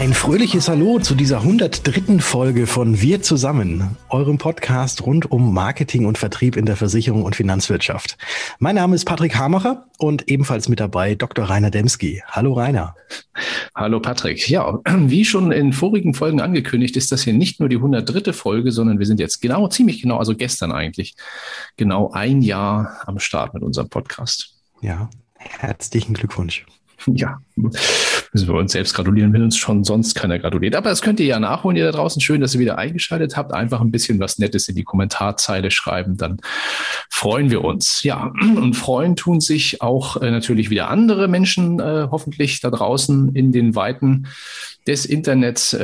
Ein fröhliches Hallo zu dieser 103. Folge von Wir zusammen, eurem Podcast rund um Marketing und Vertrieb in der Versicherung und Finanzwirtschaft. Mein Name ist Patrick Hamacher und ebenfalls mit dabei Dr. Rainer Demski. Hallo Rainer. Hallo Patrick. Ja, wie schon in vorigen Folgen angekündigt, ist das hier nicht nur die 103. Folge, sondern wir sind jetzt ziemlich genau, also gestern eigentlich, genau ein Jahr am Start mit unserem Podcast. Ja, herzlichen Glückwunsch. Ja, müssen wir uns selbst gratulieren, wenn uns schon sonst keiner gratuliert. Aber das könnt ihr ja nachholen, ihr da draußen. Schön, dass ihr wieder eingeschaltet habt. Einfach ein bisschen was Nettes in die Kommentarzeile schreiben, dann freuen wir uns. Ja, und freuen tun sich auch natürlich wieder andere Menschen, hoffentlich da draußen in den Weiten des Internets.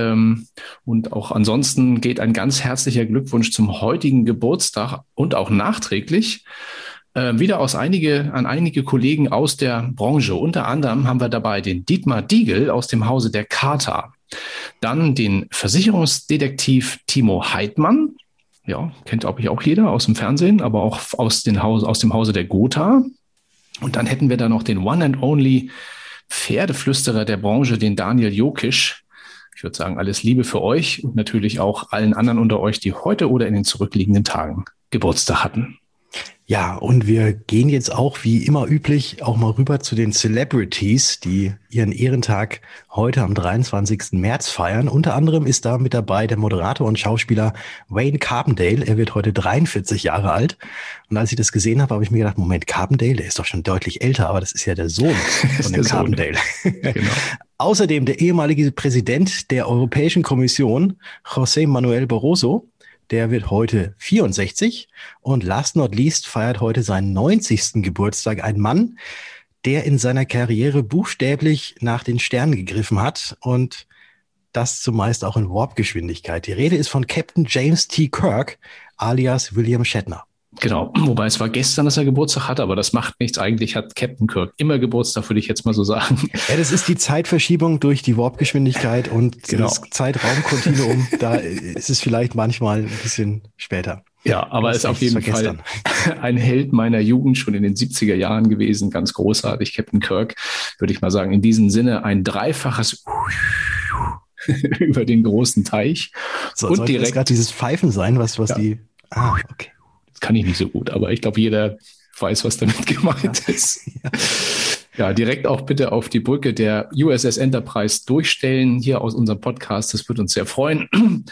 Und auch ansonsten geht ein ganz herzlicher Glückwunsch zum heutigen Geburtstag und auch nachträglich wieder an einige Kollegen aus der Branche. Unter anderem haben wir dabei den Dietmar Diegel aus dem Hause der Carta, dann den Versicherungsdetektiv Timo Heidmann, ja, kennt glaube ich auch jeder aus dem Fernsehen, aber auch aus dem Hause der Gotha. Und dann hätten wir da noch den One and Only Pferdeflüsterer der Branche, den Daniel Jokisch. Ich würde sagen, alles Liebe für euch und natürlich auch allen anderen unter euch, die heute oder in den zurückliegenden Tagen Geburtstag hatten. Ja, und wir gehen jetzt auch wie immer üblich auch mal rüber zu den Celebrities, die ihren Ehrentag heute am 23. März feiern. Unter anderem ist da mit dabei der Moderator und Schauspieler Wayne Carpendale. Er wird heute 43 Jahre alt. Und als ich das gesehen habe, habe ich mir gedacht, Moment, Carpendale, der ist doch schon deutlich älter, aber das ist ja der Sohn von dem Carpendale. Genau. Außerdem der ehemalige Präsident der Europäischen Kommission, José Manuel Barroso. Der wird heute 64 und last not least feiert heute seinen 90. Geburtstag ein Mann, der in seiner Karriere buchstäblich nach den Sternen gegriffen hat und das zumeist auch in Warp-Geschwindigkeit. Die Rede ist von Captain James T. Kirk alias William Shatner. Genau, wobei es war gestern, dass er Geburtstag hatte, aber das macht nichts. Eigentlich hat Captain Kirk immer Geburtstag, würde ich jetzt mal so sagen. Ja, das ist die Zeitverschiebung durch die Warp-Geschwindigkeit und das Zeitraumkontinuum. Da ist es vielleicht manchmal ein bisschen später. Ja, aber ist auf jeden Fall ein Held meiner Jugend, schon in den 70er Jahren gewesen. Ganz großartig, Captain Kirk, würde ich mal sagen. In diesem Sinne ein dreifaches über den großen Teich. So, und sollte das gerade dieses Pfeifen sein, was ja. Okay. Kann ich nicht so gut, aber ich glaube, jeder weiß, was damit gemeint ist. Ja, direkt auch bitte auf die Brücke der USS Enterprise durchstellen, hier aus unserem Podcast. Das würde uns sehr freuen.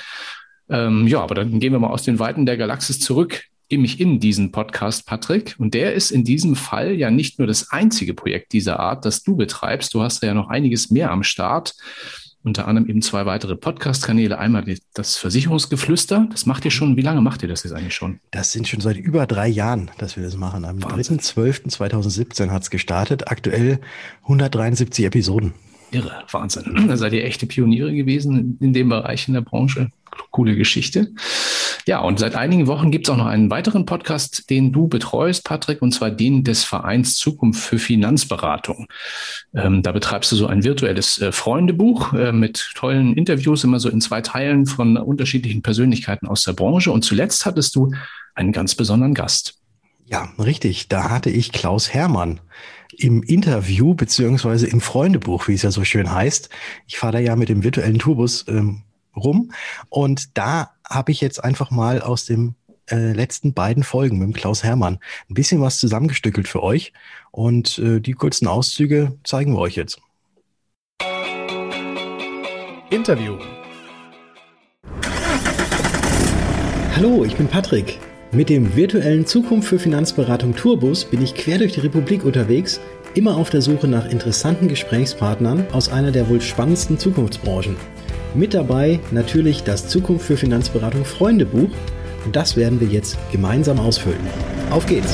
Aber dann gehen wir mal aus den Weiten der Galaxis zurück, in diesen Podcast, Patrick. Und der ist in diesem Fall ja nicht nur das einzige Projekt dieser Art, das du betreibst. Du hast ja noch einiges mehr am Start. Unter anderem eben 2 weitere Podcast-Kanäle. Einmal das Versicherungsgeflüster. Das macht ihr schon. Wie lange macht ihr das jetzt eigentlich schon? Das sind schon seit über 3 Jahren, dass wir das machen. Am 3.12.2017 hat es gestartet. Aktuell 173 Episoden. Irre, Wahnsinn. Da seid ihr echte Pioniere gewesen in dem Bereich in der Branche. Coole Geschichte. Ja, und seit einigen Wochen gibt es auch noch einen weiteren Podcast, den du betreust, Patrick, und zwar den des Vereins Zukunft für Finanzberatung. Da betreibst du so ein virtuelles Freundebuch mit tollen Interviews, immer so in 2 Teilen von unterschiedlichen Persönlichkeiten aus der Branche. Und zuletzt hattest du einen ganz besonderen Gast. Ja, richtig. Da hatte ich Klaus Hermann im Interview beziehungsweise im Freundebuch, wie es ja so schön heißt. Ich fahre da ja mit dem virtuellen Tourbus rum und da habe ich jetzt einfach mal aus den letzten 2 Folgen mit dem Klaus Hermann ein bisschen was zusammengestückelt für euch und die kurzen Auszüge zeigen wir euch jetzt. Interview. Hallo, ich bin Patrick. Mit dem virtuellen Zukunft für Finanzberatung Tourbus bin ich quer durch die Republik unterwegs, immer auf der Suche nach interessanten Gesprächspartnern aus einer der wohl spannendsten Zukunftsbranchen. Mit dabei natürlich das Zukunft für Finanzberatung Freundebuch und das werden wir jetzt gemeinsam ausfüllen. Auf geht's!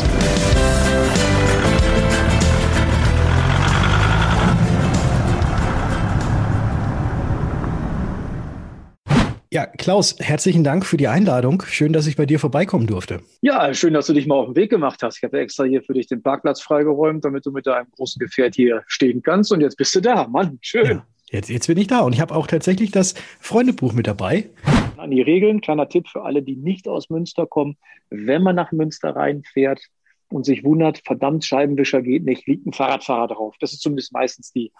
Ja, Klaus, herzlichen Dank für die Einladung. Schön, dass ich bei dir vorbeikommen durfte. Ja, schön, dass du dich mal auf den Weg gemacht hast. Ich habe extra hier für dich den Parkplatz freigeräumt, damit du mit deinem großen Gefährt hier stehen kannst. Und jetzt bist du da. Mann, schön. Ja, jetzt bin ich da. Und ich habe auch tatsächlich das Freundebuch mit dabei. An die Regeln, kleiner Tipp für alle, die nicht aus Münster kommen. Wenn man nach Münster reinfährt und sich wundert, verdammt, Scheibenwischer geht nicht, liegt ein Fahrradfahrer drauf. Das ist zumindest meistens die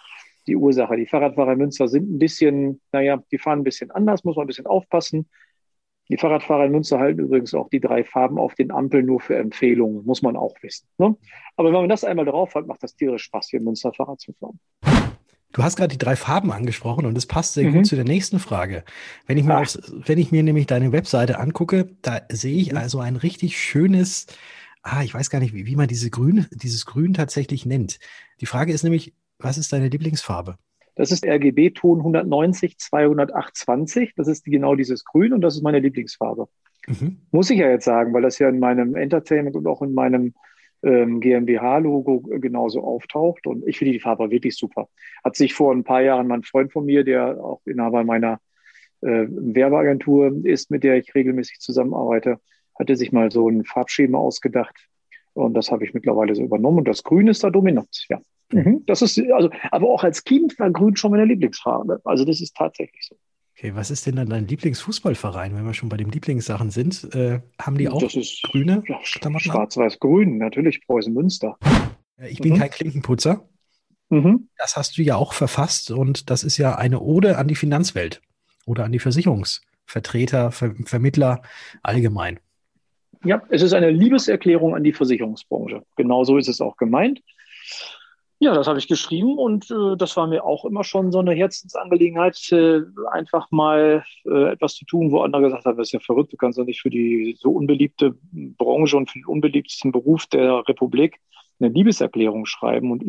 die Ursache. Die Fahrradfahrer in Münster sind ein bisschen, die fahren ein bisschen anders, muss man ein bisschen aufpassen. Die Fahrradfahrer in Münster halten übrigens auch die 3 Farben auf den Ampeln nur für Empfehlungen, muss man auch wissen. Ne? Aber wenn man das einmal drauf hat, macht das tierisch Spaß, hier in Münster Fahrrad zu fahren. Du hast gerade die 3 Farben angesprochen und das passt sehr gut zu der nächsten Frage. Wenn ich mir nämlich deine Webseite angucke, da sehe ich also ein richtig schönes, ich weiß gar nicht, wie man dieses Grün tatsächlich nennt. Die Frage ist nämlich, was ist deine Lieblingsfarbe? Das ist RGB-Ton 190 228. Das ist genau dieses Grün und das ist meine Lieblingsfarbe. Muss ich ja jetzt sagen, weil das ja in meinem Entertainment und auch in meinem GmbH-Logo genauso auftaucht. Und ich finde die Farbe wirklich super. Hat sich vor ein paar Jahren mein Freund von mir, der auch Inhaber meiner Werbeagentur ist, mit der ich regelmäßig zusammenarbeite, hatte sich mal so ein Farbschema ausgedacht. Und das habe ich mittlerweile so übernommen. Und das Grün ist da dominant, ja. Das ist, aber auch als Kind war Grün schon meine Lieblingsfarbe. Also das ist tatsächlich so. Okay, was ist denn dann dein Lieblingsfußballverein, wenn wir schon bei den Lieblingssachen sind? Haben die auch grüne Klamotten? Schwarz-Weiß-Grün, natürlich Preußen Münster. Ich bin kein Klinkenputzer. Das hast du ja auch verfasst und das ist ja eine Ode an die Finanzwelt oder an die Versicherungsvertreter, Vermittler allgemein. Ja, es ist eine Liebeserklärung an die Versicherungsbranche. Genauso ist es auch gemeint. Ja, das habe ich geschrieben und das war mir auch immer schon so eine Herzensangelegenheit, einfach mal etwas zu tun, wo andere gesagt haben, das ist ja verrückt, du kannst doch nicht für die so unbeliebte Branche und für den unbeliebtesten Beruf der Republik eine Liebeserklärung schreiben und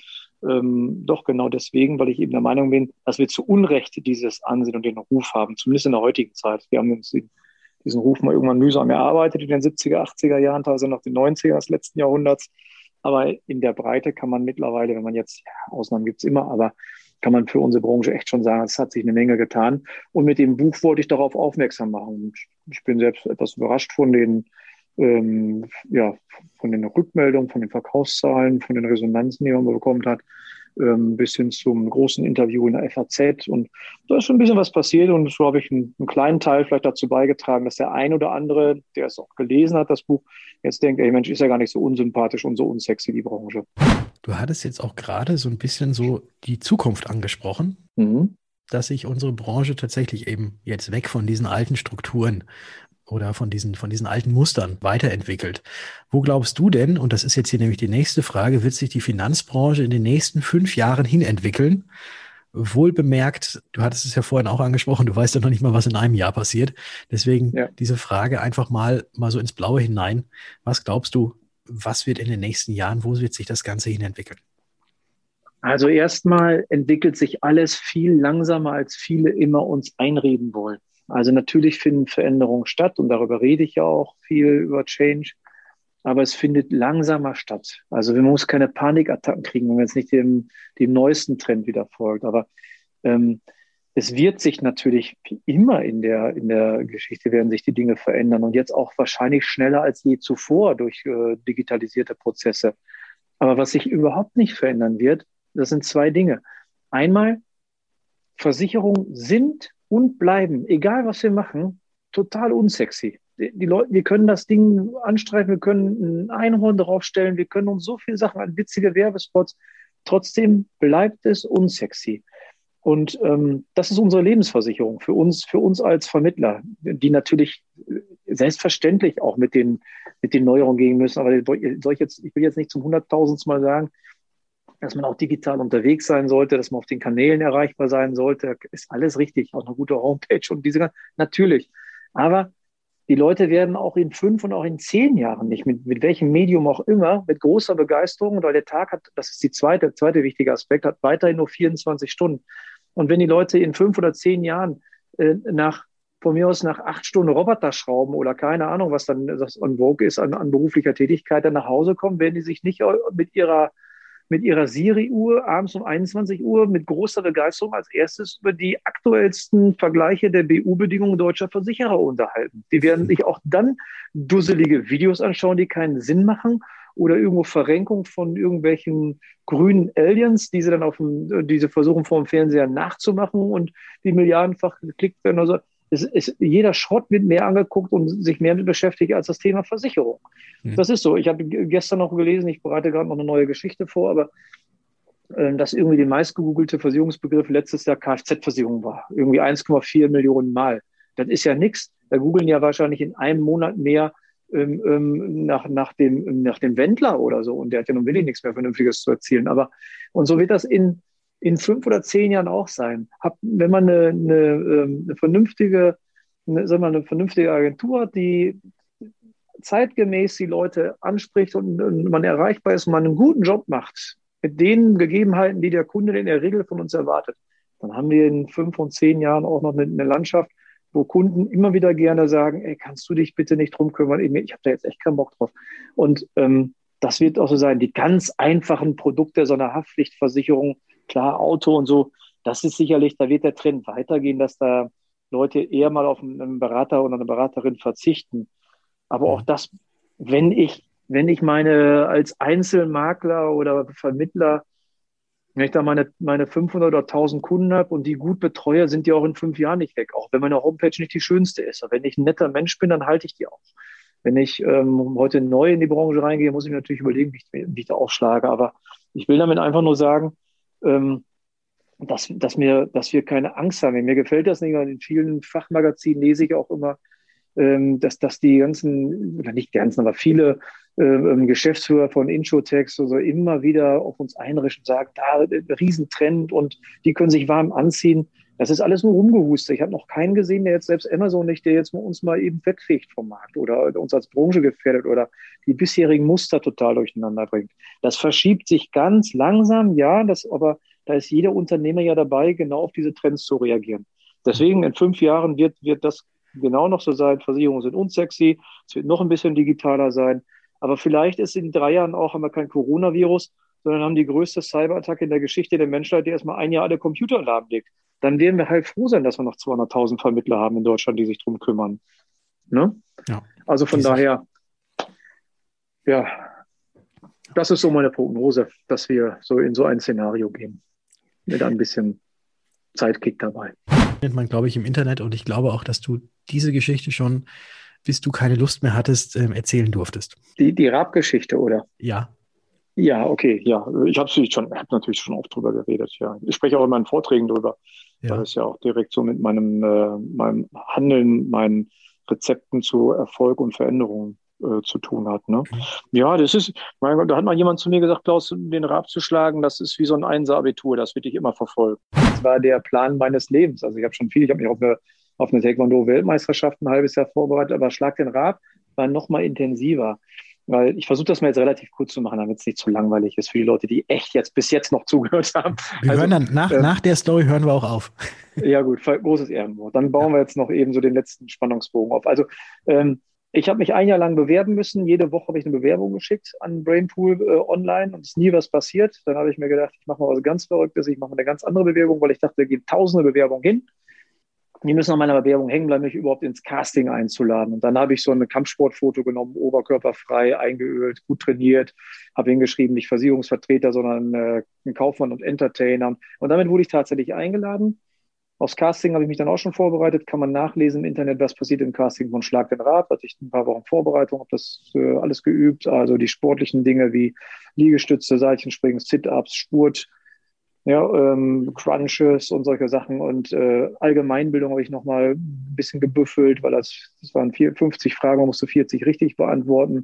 doch genau deswegen, weil ich eben der Meinung bin, dass wir zu Unrecht dieses Ansehen und den Ruf haben, zumindest in der heutigen Zeit. Wir haben uns diesen Ruf mal irgendwann mühsam erarbeitet in den 70er, 80er Jahren, teilweise noch den 90er des letzten Jahrhunderts. Aber in der Breite kann man mittlerweile, wenn man jetzt, Ausnahmen gibt es immer, aber kann man für unsere Branche echt schon sagen, es hat sich eine Menge getan. Und mit dem Buch wollte ich darauf aufmerksam machen. Und ich bin selbst etwas überrascht von den Rückmeldungen, von den Verkaufszahlen, von den Resonanzen, die man bekommen hat, bis hin zum großen Interview in der FAZ. Und da ist schon ein bisschen was passiert. Und so habe ich einen kleinen Teil vielleicht dazu beigetragen, dass der ein oder andere, der es auch gelesen hat, das Buch, jetzt denkt, ey Mensch, ist ja gar nicht so unsympathisch und so unsexy, die Branche. Du hattest jetzt auch gerade so ein bisschen so die Zukunft angesprochen, dass sich unsere Branche tatsächlich eben jetzt weg von diesen alten Strukturen oder von diesen alten Mustern weiterentwickelt. Wo glaubst du denn, und das ist jetzt hier nämlich die nächste Frage, wird sich die Finanzbranche in den nächsten 5 Jahren hinentwickeln? Wohl bemerkt, du hattest es ja vorhin auch angesprochen, du weißt ja noch nicht mal, was in einem Jahr passiert. Deswegen diese Frage einfach mal so ins Blaue hinein. Was glaubst du, was wird in den nächsten Jahren, wo wird sich das Ganze hinentwickeln? Also erstmal entwickelt sich alles viel langsamer, als viele immer uns einreden wollen. Also natürlich finden Veränderungen statt und darüber rede ich ja auch viel über Change, aber es findet langsamer statt. Also man muss keine Panikattacken kriegen, wenn man jetzt nicht dem neuesten Trend wieder folgt. Aber es wird sich natürlich wie immer in der Geschichte werden sich die Dinge verändern und jetzt auch wahrscheinlich schneller als je zuvor durch digitalisierte Prozesse. Aber was sich überhaupt nicht verändern wird, das sind 2 Dinge. Einmal, Versicherungen sind und bleiben, egal was wir machen, total unsexy. Die Leute, wir können das Ding anstreichen, wir können ein Einhorn draufstellen, wir können uns so viele Sachen an witzige Werbespots, trotzdem bleibt es unsexy. Und das ist unsere Lebensversicherung für uns als Vermittler, die natürlich selbstverständlich auch mit den Neuerungen gehen müssen. Aber ich will jetzt nicht zum 100.000. Mal sagen, dass man auch digital unterwegs sein sollte, dass man auf den Kanälen erreichbar sein sollte, ist alles richtig. Auch eine gute Homepage und natürlich. Aber die Leute werden auch in 5 und auch in 10 Jahren nicht, mit welchem Medium auch immer, mit großer Begeisterung, weil der Tag hat, das ist der zweite wichtige Aspekt, hat weiterhin nur 24 Stunden. Und wenn die Leute in 5 oder 10 Jahren von mir aus nach 8 Stunden Roboter schrauben oder keine Ahnung, was dann das en vogue ist an beruflicher Tätigkeit, dann nach Hause kommen, werden die sich nicht mit ihrer Siri-Uhr abends um 21 Uhr mit großer Begeisterung als erstes über die aktuellsten Vergleiche der BU-Bedingungen deutscher Versicherer unterhalten. Die werden sich auch dann dusselige Videos anschauen, die keinen Sinn machen oder irgendwo Verrenkung von irgendwelchen grünen Aliens, die sie versuchen vor dem Fernseher nachzumachen und die milliardenfach geklickt werden. Also jeder Schrott wird mehr angeguckt und sich mehr mit beschäftigt als das Thema Versicherung. Das ist so. Ich habe gestern noch gelesen, ich bereite gerade noch eine neue Geschichte vor, aber dass irgendwie die meistgegoogelte Versicherungsbegriff letztes Jahr Kfz-Versicherung war. Irgendwie 1,4 Millionen Mal. Das ist ja nichts. Da googeln ja wahrscheinlich in einem Monat mehr nach dem Wendler oder so. Und der hat ja nun wirklich nichts mehr Vernünftiges zu erzählen. Und so wird das in 5 oder 10 Jahren auch sein. Wenn man eine vernünftige Agentur hat, die zeitgemäß die Leute anspricht und man erreichbar ist und man einen guten Job macht, mit den Gegebenheiten, die der Kunde in der Regel von uns erwartet, dann haben wir in 5 und 10 Jahren auch noch eine Landschaft, wo Kunden immer wieder gerne sagen, ey, kannst du dich bitte nicht drum kümmern? Ich habe da jetzt echt keinen Bock drauf. Und das wird auch so sein. Die ganz einfachen Produkte so einer Haftpflichtversicherung, klar, Auto und so, das ist sicherlich, da wird der Trend weitergehen, dass da Leute eher mal auf einen Berater oder eine Beraterin verzichten. Aber auch das, wenn ich meine als Einzelmakler oder Vermittler, wenn ich da meine 500 oder 1000 Kunden habe und die gut betreue, sind die auch in 5 Jahren nicht weg. Auch wenn meine Homepage nicht die schönste ist. Aber wenn ich ein netter Mensch bin, dann halte ich die auch. Wenn ich heute neu in die Branche reingehe, muss ich mir natürlich überlegen, wie ich da aufschlage. Aber ich will damit einfach nur sagen, dass wir keine Angst haben. Mir gefällt das nicht, weil in vielen Fachmagazinen lese ich auch immer, dass die ganzen, oder nicht die ganzen, aber viele Geschäftsführer von Insurtechs so immer wieder auf uns einrischen, sagen, da Riesentrend und die können sich warm anziehen. Das ist alles nur rumgehustet. Ich habe noch keinen gesehen, der jetzt selbst Amazon nicht, der jetzt uns mal eben wegfegt vom Markt oder uns als Branche gefährdet oder die bisherigen Muster total durcheinander bringt. Das verschiebt sich ganz langsam, ja, aber da ist jeder Unternehmer ja dabei, genau auf diese Trends zu reagieren. Deswegen in 5 Jahren wird das genau noch so sein. Versicherungen sind unsexy, es wird noch ein bisschen digitaler sein. Aber vielleicht ist in 3 Jahren auch, haben wir kein Coronavirus, sondern haben die größte Cyberattacke in der Geschichte der Menschheit, die erstmal 1 Jahr alle Computer lahmlegt. Dann werden wir halt froh sein, dass wir noch 200.000 Vermittler haben in Deutschland, die sich drum kümmern. Ne? Ja, also von daher, ja, das ist so meine Prognose, dass wir so in so ein Szenario gehen. Mit ein bisschen Zeitkick dabei. Nennt man, glaube ich, im Internet, und ich glaube auch, dass du diese Geschichte schon, bis du keine Lust mehr hattest, erzählen durftest. Die Raab-Geschichte, oder? Ja. Ja, okay, ja. Ich habe natürlich schon oft drüber geredet, ja. Ich spreche auch in meinen Vorträgen drüber, weil es ja auch direkt so mit meinem Handeln, meinen Rezepten zu Erfolg und Veränderung zu tun hat. Ne? Ja, das ist, mein Gott, da hat mal jemand zu mir gesagt, Klaus, den Raab zu schlagen, das ist wie so ein Einser-Abitur, das wird dich immer verfolgen. Das war der Plan meines Lebens. Also ich habe mich auf eine Taekwondo-Weltmeisterschaft ein halbes Jahr vorbereitet, aber Schlag den Raab war noch mal intensiver. Weil ich versuche das mal jetzt relativ kurz zu machen, damit es nicht zu langweilig ist für die Leute, die echt bis jetzt noch zugehört haben. Wir hören dann nach der Story hören wir auch auf. Ja gut, großes Ehrenwort. Dann bauen wir jetzt noch eben so den letzten Spannungsbogen auf. Also ich habe mich 1 Jahr lang bewerben müssen. Jede Woche habe ich eine Bewerbung geschickt an Brainpool online und es ist nie was passiert. Dann habe ich mir gedacht, ich mache mal was ganz Verrücktes. Ich mache eine ganz andere Bewerbung, weil ich dachte, da gehen tausende Bewerbungen hin. Die müssen an meiner Bewerbung hängen bleiben, mich überhaupt ins Casting einzuladen. Und dann habe ich so ein Kampfsportfoto genommen, oberkörperfrei, eingeölt, gut trainiert, habe hingeschrieben, nicht Versicherungsvertreter, sondern ein Kaufmann und Entertainer. Und damit wurde ich tatsächlich eingeladen. Aufs Casting habe ich mich dann auch schon vorbereitet, kann man nachlesen im Internet, was passiert im Casting von Schlag den Raab. Hatte ich ein paar Wochen Vorbereitung, habe das alles geübt, also die sportlichen Dinge wie Liegestütze, Seilchenspringen, Sit-Ups, Spurt, ja, Crunches und solche Sachen und Allgemeinbildung habe ich nochmal ein bisschen gebüffelt, weil das waren 50 Fragen, man musste 40 richtig beantworten.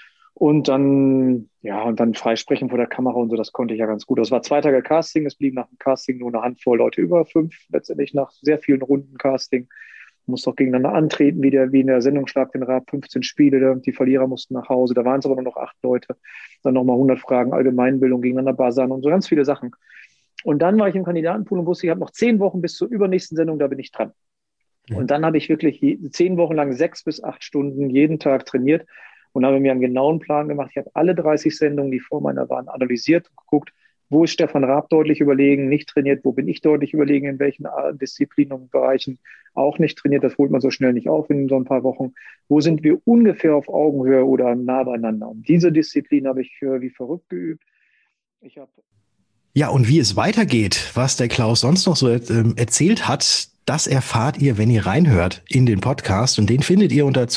Und dann freisprechen vor der Kamera und so, das konnte ich ja ganz gut. Das war 2 Tage Casting, es blieb nach dem Casting nur eine Handvoll Leute über 5, letztendlich nach sehr vielen Runden Casting. Musste auch gegeneinander antreten, wie in der Sendung Schlag den Raab, 15 Spiele, die Verlierer mussten nach Hause, da waren es aber nur noch 8 Leute. Dann nochmal 100 Fragen, Allgemeinbildung, gegeneinander buzzern und so ganz viele Sachen. Und dann war ich im Kandidatenpool und wusste, ich habe noch 10 Wochen bis zur übernächsten Sendung, da bin ich dran. Und dann habe ich wirklich 10 Wochen lang 6 bis 8 Stunden jeden Tag trainiert und habe mir einen genauen Plan gemacht. Ich habe alle 30 Sendungen, die vor meiner waren, analysiert und geguckt, wo ist Stefan Raab deutlich überlegen, nicht trainiert, wo bin ich deutlich überlegen, in welchen Disziplinen und Bereichen auch nicht trainiert. Das holt man so schnell nicht auf in so ein paar Wochen. Wo sind wir ungefähr auf Augenhöhe oder nah beieinander? Und diese Disziplin habe ich wie verrückt geübt. Ja, und wie es weitergeht, was der Klaus sonst noch so erzählt hat, Das erfahrt ihr, wenn ihr reinhört in den Podcast, und den findet ihr unter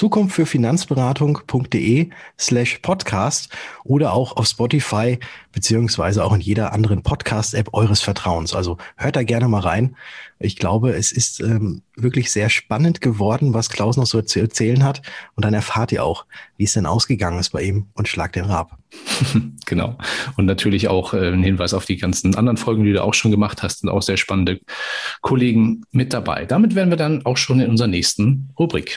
zukunftfürfinanzberatung.de/podcast oder auch auf Spotify beziehungsweise auch in jeder anderen Podcast-App eures Vertrauens. Also hört da gerne mal rein. Ich glaube, es ist wirklich sehr spannend geworden, was Klaus noch so zu erzählen hat, und dann erfahrt ihr auch, wie es denn ausgegangen ist bei ihm, und schlagt den Rab. Genau. Und natürlich auch ein Hinweis auf die ganzen anderen Folgen, die du auch schon gemacht hast, sind auch sehr spannende Kollegen mit dabei. Damit wären wir dann auch schon in unserer nächsten Rubrik.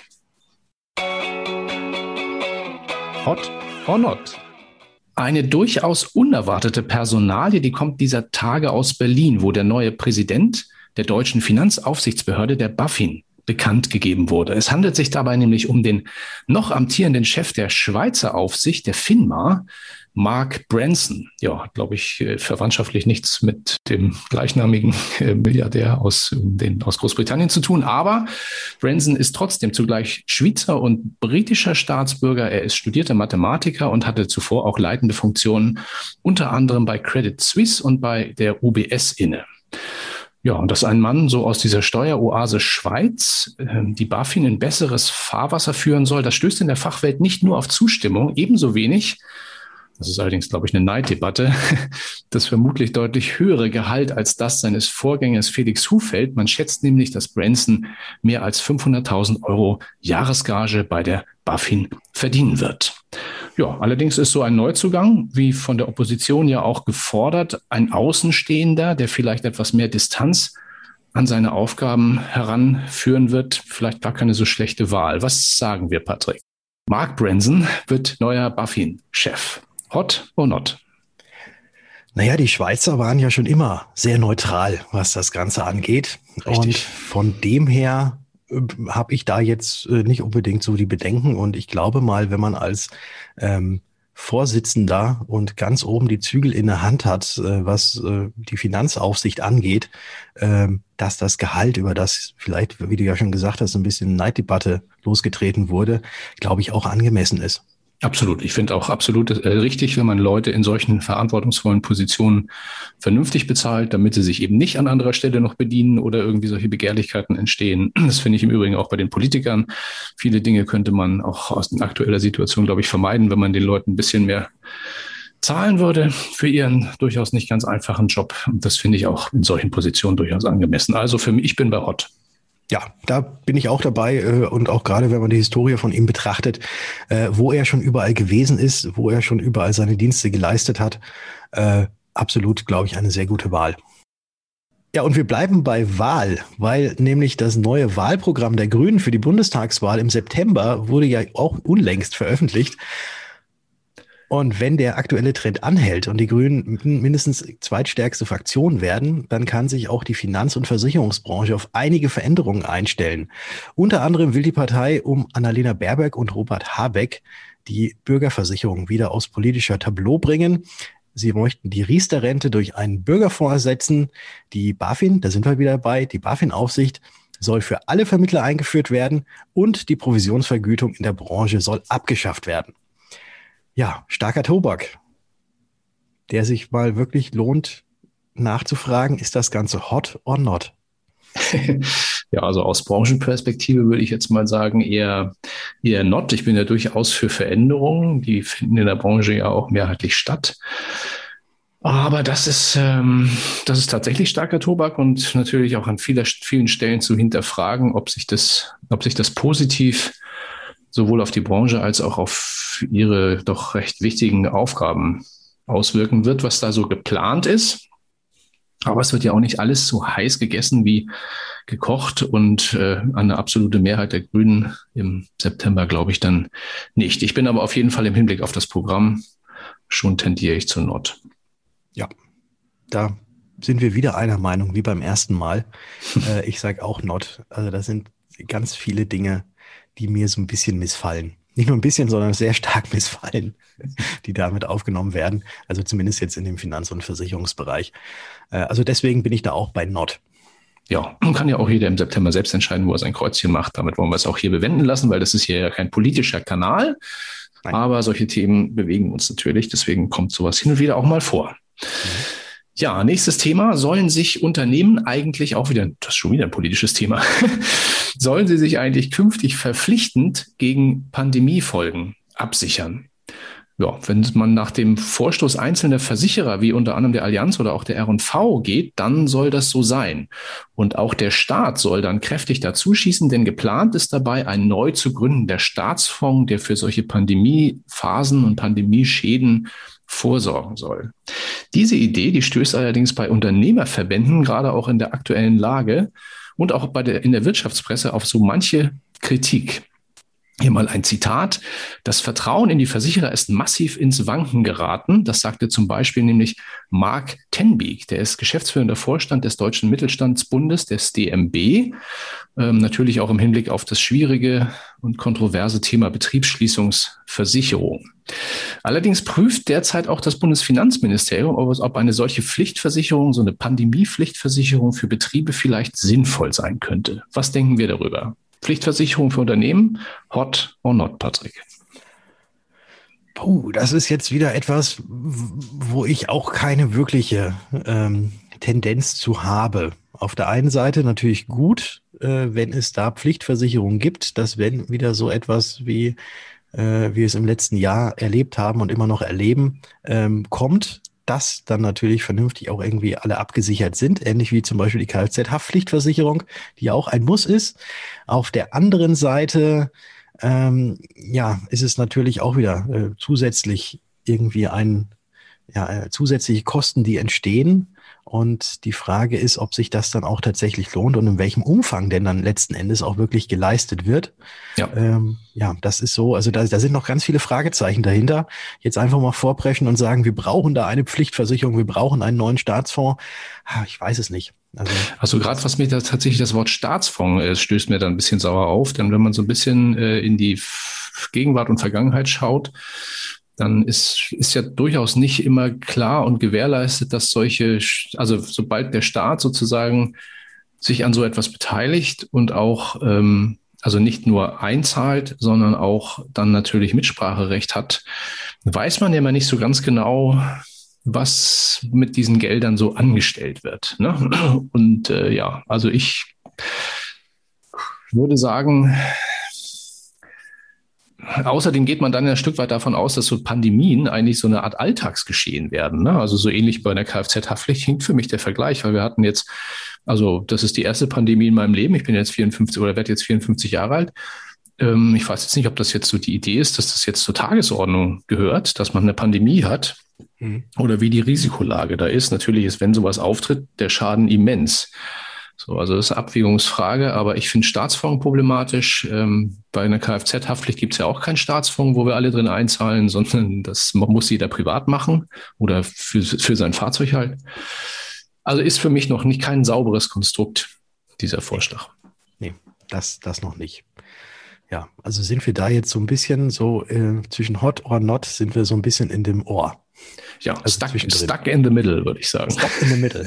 Hot or not? Eine durchaus unerwartete Personalie, die kommt dieser Tage aus Berlin, wo der neue Präsident der deutschen Finanzaufsichtsbehörde, der BaFin, bekannt gegeben wurde. Es handelt sich dabei nämlich um den noch amtierenden Chef der Schweizer Aufsicht, der FINMA, Mark Branson. Ja, hat, glaube ich, verwandtschaftlich nichts mit dem gleichnamigen Milliardär aus Großbritannien zu tun. Aber Branson ist trotzdem zugleich Schweizer und britischer Staatsbürger. Er ist studierter Mathematiker und hatte zuvor auch leitende Funktionen, unter anderem bei Credit Suisse und bei der UBS inne. Ja, und dass ein Mann so aus dieser Steueroase Schweiz die BaFin in besseres Fahrwasser führen soll, das stößt in der Fachwelt nicht nur auf Zustimmung, ebenso wenig, das ist allerdings, glaube ich, eine Neiddebatte, das vermutlich deutlich höhere Gehalt als das seines Vorgängers Felix Hufeld. Man schätzt nämlich, dass Branson mehr als 500.000 € Jahresgage bei der BaFin verdienen wird. Ja, allerdings ist so ein Neuzugang, wie von der Opposition ja auch gefordert, ein Außenstehender, der vielleicht etwas mehr Distanz an seine Aufgaben heranführen wird, vielleicht gar keine so schlechte Wahl. Was sagen wir, Patrick? Mark Branson wird neuer BaFin-Chef. Hot or not? Naja, die Schweizer waren ja schon immer sehr neutral, was das Ganze angeht. Richtig. Und von dem her habe ich da jetzt nicht unbedingt so die Bedenken. Und ich glaube mal, wenn man als Vorsitzender und ganz oben die Zügel in der Hand hat, was die Finanzaufsicht angeht, dass das Gehalt, über das vielleicht, wie du ja schon gesagt hast, ein bisschen Neiddebatte losgetreten wurde, glaube ich, auch angemessen ist. Absolut. Ich finde auch absolut richtig, wenn man Leute in solchen verantwortungsvollen Positionen vernünftig bezahlt, damit sie sich eben nicht an anderer Stelle noch bedienen oder irgendwie solche Begehrlichkeiten entstehen. Das finde ich im Übrigen auch bei den Politikern. Viele Dinge könnte man auch aus aktueller Situation, glaube ich, vermeiden, wenn man den Leuten ein bisschen mehr zahlen würde für ihren durchaus nicht ganz einfachen Job. Und das finde ich auch in solchen Positionen durchaus angemessen. Also für mich, ich bin bei Hot. Ja, da bin ich auch dabei, und auch gerade, wenn man die Historie von ihm betrachtet, wo er schon überall gewesen ist, wo er schon überall seine Dienste geleistet hat, absolut, glaube ich, eine sehr gute Wahl. Ja, und wir bleiben bei Wahl, weil nämlich das neue Wahlprogramm der Grünen für die Bundestagswahl im September wurde ja auch unlängst veröffentlicht. Und wenn der aktuelle Trend anhält und die Grünen mindestens zweitstärkste Fraktion werden, dann kann sich auch die Finanz- und Versicherungsbranche auf einige Veränderungen einstellen. Unter anderem will die Partei um Annalena Baerbock und Robert Habeck die Bürgerversicherung wieder aufs politische Tableau bringen. Sie möchten die Riester-Rente durch einen Bürgerfonds ersetzen. Die BaFin, da sind wir wieder dabei, die BaFin-Aufsicht soll für alle Vermittler eingeführt werden und die Provisionsvergütung in der Branche soll abgeschafft werden. Ja, starker Tobak, der sich mal wirklich lohnt nachzufragen, ist das Ganze hot or not? Ja, also aus Branchenperspektive würde ich jetzt mal sagen, eher not. Ich bin ja durchaus für Veränderungen. Die finden in der Branche ja auch mehrheitlich statt. Aber das ist tatsächlich starker Tobak und natürlich auch an vielen Stellen zu hinterfragen, ob sich das positiv sowohl auf die Branche als auch auf ihre doch recht wichtigen Aufgaben auswirken wird, was da so geplant ist. Aber es wird ja auch nicht alles so heiß gegessen wie gekocht und eine absolute Mehrheit der Grünen im September glaube ich dann nicht. Ich bin aber auf jeden Fall im Hinblick auf das Programm schon tendiere ich zu Not. Ja, da sind wir wieder einer Meinung wie beim ersten Mal. Ich sage auch Not. Also da sind ganz viele Dinge, die mir so ein bisschen missfallen. Nicht nur ein bisschen, sondern sehr stark missfallen, die damit aufgenommen werden. Also zumindest jetzt in dem Finanz- und Versicherungsbereich. Also deswegen bin ich da auch bei Not. Ja, kann ja auch jeder im September selbst entscheiden, wo er sein Kreuzchen macht. Damit wollen wir es auch hier bewenden lassen, weil das ist hier ja kein politischer Kanal. Nein. Aber solche Themen bewegen uns natürlich. Deswegen kommt sowas hin und wieder auch mal vor. Mhm. Ja, nächstes Thema. Sollen sich Unternehmen eigentlich auch wieder, das ist schon wieder ein politisches Thema, sollen sie sich eigentlich künftig verpflichtend gegen Pandemiefolgen absichern? Ja, wenn man nach dem Vorstoß einzelner Versicherer, wie unter anderem der Allianz oder auch der R&V geht, dann soll das so sein. Und auch der Staat soll dann kräftig dazuschießen, denn geplant ist dabei ein neu zu gründender Staatsfonds, der für solche Pandemiephasen und Pandemieschäden vorsorgen soll. Diese Idee, die stößt allerdings bei Unternehmerverbänden, gerade auch in der aktuellen Lage und auch in der Wirtschaftspresse auf so manche Kritik. Hier mal ein Zitat. Das Vertrauen in die Versicherer ist massiv ins Wanken geraten. Das sagte zum Beispiel nämlich Mark Tenbeek. Der ist geschäftsführender Vorstand des Deutschen Mittelstandsbundes, des DMB. Natürlich auch im Hinblick auf das schwierige und kontroverse Thema Betriebsschließungsversicherung. Allerdings prüft derzeit auch das Bundesfinanzministerium, ob eine solche Pflichtversicherung, so eine Pandemiepflichtversicherung für Betriebe vielleicht sinnvoll sein könnte. Was denken wir darüber? Pflichtversicherung für Unternehmen, hot or not, Patrick? Das ist jetzt wieder etwas, wo ich auch keine wirkliche Tendenz zu habe. Auf der einen Seite natürlich gut, wenn es da Pflichtversicherungen gibt, dass wenn wieder so etwas wie wir es im letzten Jahr erlebt haben und immer noch erleben, kommt, dass dann natürlich vernünftig auch irgendwie alle abgesichert sind, ähnlich wie zum Beispiel die Kfz-Haftpflichtversicherung, die ja auch ein Muss ist. Auf der anderen Seite, ist es natürlich auch wieder zusätzlich irgendwie zusätzliche Kosten, die entstehen. Und die Frage ist, ob sich das dann auch tatsächlich lohnt und in welchem Umfang denn dann letzten Endes auch wirklich geleistet wird. Ja, das ist so. Also da sind noch ganz viele Fragezeichen dahinter. Jetzt einfach mal vorpreschen und sagen, wir brauchen da eine Pflichtversicherung, wir brauchen einen neuen Staatsfonds. Ich weiß es nicht. Also gerade was mir da tatsächlich das Wort Staatsfonds stößt mir da ein bisschen sauer auf, denn wenn man so ein bisschen in die Gegenwart und Vergangenheit schaut, dann ist ja durchaus nicht immer klar und gewährleistet, dass also sobald der Staat sozusagen sich an so etwas beteiligt und auch, also nicht nur einzahlt, sondern auch dann natürlich Mitspracherecht hat, weiß man ja immer nicht so ganz genau, was mit diesen Geldern so angestellt wird, ne? Und also ich würde sagen, außerdem geht man dann ein Stück weit davon aus, dass so Pandemien eigentlich so eine Art Alltagsgeschehen werden, ne? Also so ähnlich bei einer Kfz-Haftpflicht hinkt für mich der Vergleich, weil wir hatten jetzt, also das ist die erste Pandemie in meinem Leben. Ich bin jetzt 54 oder werde jetzt 54 Jahre alt. Ich weiß jetzt nicht, ob das jetzt so die Idee ist, dass das jetzt zur Tagesordnung gehört, dass man eine Pandemie hat oder wie die Risikolage da ist. Natürlich ist, wenn sowas auftritt, der Schaden immens. So, also das ist eine Abwägungsfrage, aber ich finde Staatsfonds problematisch. Bei einer Kfz-Haftpflicht gibt es ja auch keinen Staatsfonds, wo wir alle drin einzahlen, sondern das muss jeder privat machen oder für sein Fahrzeug halt. Also ist für mich noch nicht kein sauberes Konstrukt, dieser Vorschlag. Nee, das noch nicht. Ja, also sind wir da jetzt so ein bisschen so zwischen hot or not, sind wir so ein bisschen in dem Ohr. Ja, also stuck in the middle, würde ich sagen. Stuck in the middle.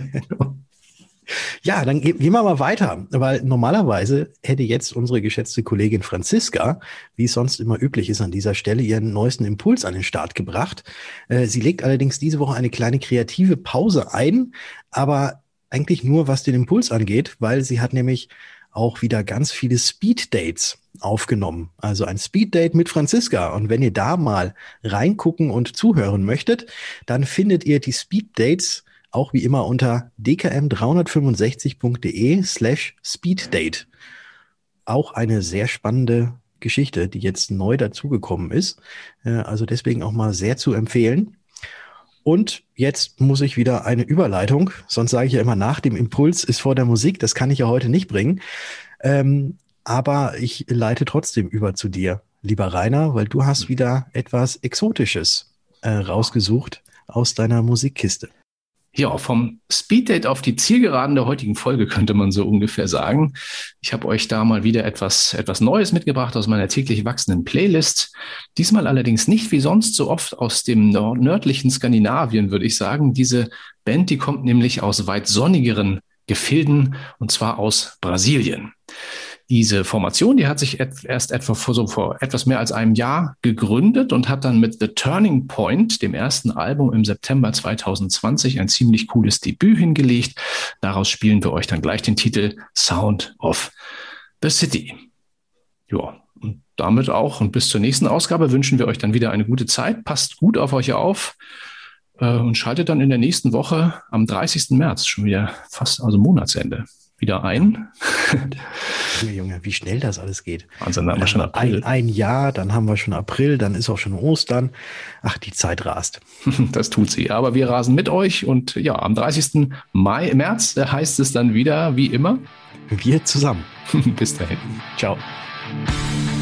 Ja, dann gehen wir mal weiter, weil normalerweise hätte jetzt unsere geschätzte Kollegin Franziska, wie es sonst immer üblich ist an dieser Stelle, ihren neuesten Impuls an den Start gebracht. Sie legt allerdings diese Woche eine kleine kreative Pause ein, aber eigentlich nur, was den Impuls angeht, weil sie hat nämlich auch wieder ganz viele Speed-Dates aufgenommen. Also ein Speed-Date mit Franziska. Und wenn ihr da mal reingucken und zuhören möchtet, dann findet ihr die Speed-Dates auch wie immer unter dkm365.de/Speeddate. Auch eine sehr spannende Geschichte, die jetzt neu dazugekommen ist. Also deswegen auch mal sehr zu empfehlen. Und jetzt muss ich wieder eine Überleitung, sonst sage ich ja immer, nach dem Impuls ist vor der Musik. Das kann ich ja heute nicht bringen. Aber ich leite trotzdem über zu dir, lieber Rainer, weil du hast wieder etwas Exotisches rausgesucht aus deiner Musikkiste. Ja, vom Speeddate auf die Zielgeraden der heutigen Folge könnte man so ungefähr sagen. Ich habe euch da mal wieder etwas Neues mitgebracht aus meiner täglich wachsenden Playlist. Diesmal allerdings nicht wie sonst so oft aus dem nördlichen Skandinavien, würde ich sagen. Diese Band, die kommt nämlich aus weit sonnigeren Gefilden, und zwar aus Brasilien. Diese Formation, die hat sich erst vor etwas mehr als einem Jahr gegründet und hat dann mit The Turning Point, dem ersten Album im September 2020, ein ziemlich cooles Debüt hingelegt. Daraus spielen wir euch dann gleich den Titel Sound of the City. Ja, und damit auch und bis zur nächsten Ausgabe wünschen wir euch dann wieder eine gute Zeit. Passt gut auf euch auf und schaltet dann in der nächsten Woche am 30. März, schon wieder fast also Monatsende, wieder ein. Junge, wie schnell das alles geht. Wahnsinn, dann haben wir schon April. Ein Jahr, dann haben wir schon April, dann ist auch schon Ostern. Ach, die Zeit rast. Das tut sie. Aber wir rasen mit euch und ja, am 30. März heißt es dann wieder, wie immer, wir zusammen. Bis dahin. Ciao.